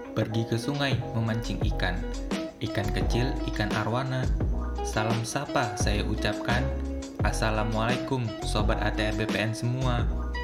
Pergi ke sungai memancing ikan. Ikan kecil, ikan arwana. Salam sapa saya ucapkan. Assalamualaikum Sobat ATR BPN semua.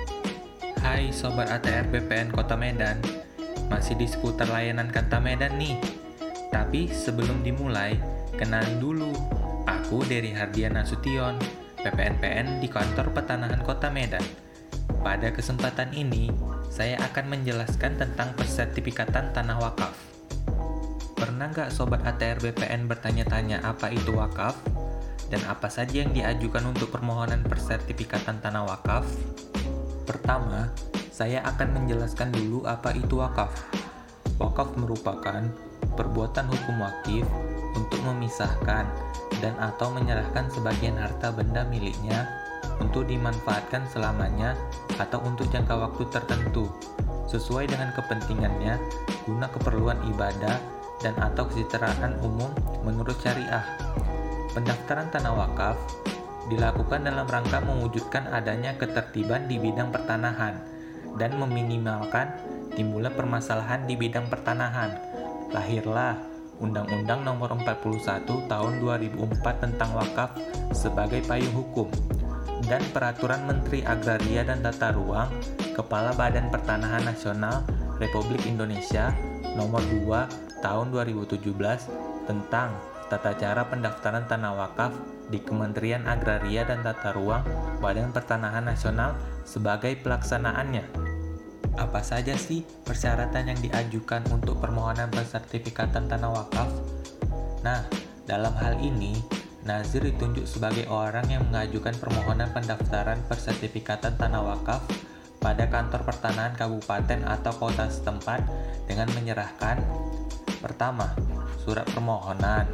Hai Sobat ATR BPN Kota Medan. Masih di seputar layanan Kanta Medan nih. Tapi sebelum dimulai, kenalin dulu. Aku Dery Hardian Nasution, PPNPN di Kantor Pertanahan Kota Medan. Pada kesempatan ini, saya akan menjelaskan tentang persertifikatan tanah wakaf. Pernah nggak Sobat ATR BPN bertanya-tanya apa itu wakaf? Dan apa saja yang diajukan untuk permohonan persertifikatan tanah wakaf? Pertama, saya akan menjelaskan dulu apa itu wakaf. Wakaf merupakan perbuatan hukum wakif untuk memisahkan dan atau menyerahkan sebagian harta benda miliknya untuk dimanfaatkan selamanya atau untuk jangka waktu tertentu sesuai dengan kepentingannya guna keperluan ibadah dan atau kesejahteraan umum menurut syariah. Pendaftaran tanah wakaf dilakukan dalam rangka mewujudkan adanya ketertiban di bidang pertanahan dan meminimalkan timbulnya permasalahan di bidang pertanahan. Lahirlah Undang-Undang Nomor 41 Tahun 2004 tentang wakaf sebagai payung hukum dan Peraturan Menteri Agraria dan Tata Ruang Kepala Badan Pertanahan Nasional Republik Indonesia Nomor 2 Tahun 2017 tentang tata cara pendaftaran tanah wakaf di Kementerian Agraria dan Tata Ruang Badan Pertanahan Nasional sebagai pelaksanaannya. Apa saja sih persyaratan yang diajukan untuk permohonan persertifikatan tanah wakaf? Nah, dalam hal ini, nazir ditunjuk sebagai orang yang mengajukan permohonan pendaftaran persertifikatan tanah wakaf pada kantor pertanahan kabupaten atau kota setempat dengan menyerahkan: pertama, surat permohonan,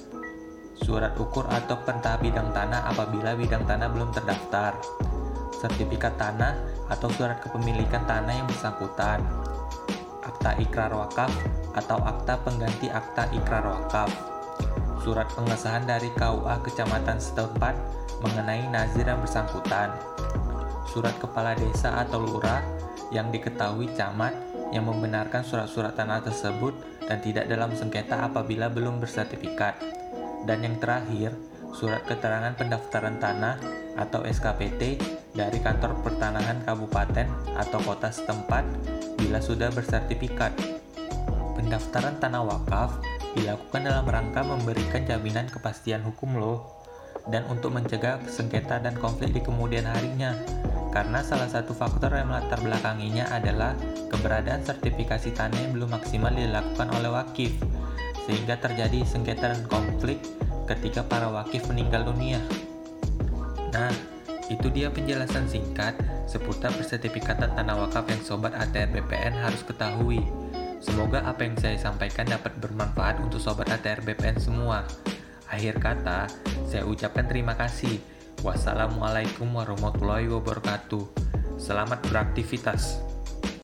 surat ukur atau peta bidang tanah apabila bidang tanah belum terdaftar, sertifikat tanah atau surat kepemilikan tanah yang bersangkutan, akta ikrar wakaf atau akta pengganti akta ikrar wakaf, surat pengesahan dari KUA kecamatan setempat mengenai nazir yang bersangkutan, surat kepala desa atau lurah yang diketahui camat yang membenarkan surat-surat tanah tersebut dan tidak dalam sengketa apabila belum bersertifikat, dan yang terakhir, surat keterangan pendaftaran tanah atau SKPT dari kantor pertanahan kabupaten atau kota setempat bila sudah bersertifikat. Pendaftaran tanah wakaf dilakukan dalam rangka memberikan jaminan kepastian hukum loh, dan untuk mencegah sengketa dan konflik di kemudian harinya, karena salah satu faktor yang melatar belakanginya adalah keberadaan sertifikasi tanah yang belum maksimal dilakukan oleh wakif, sehingga terjadi sengketa dan konflik ketika para wakif meninggal dunia. Nah, itu dia penjelasan singkat seputar persertifikatan tanah wakaf yang Sobat ATR BPN harus ketahui. Semoga apa yang saya sampaikan dapat bermanfaat untuk Sobat ATR BPN semua. Akhir kata, saya ucapkan terima kasih. Wassalamualaikum warahmatullahi wabarakatuh. Selamat beraktivitas.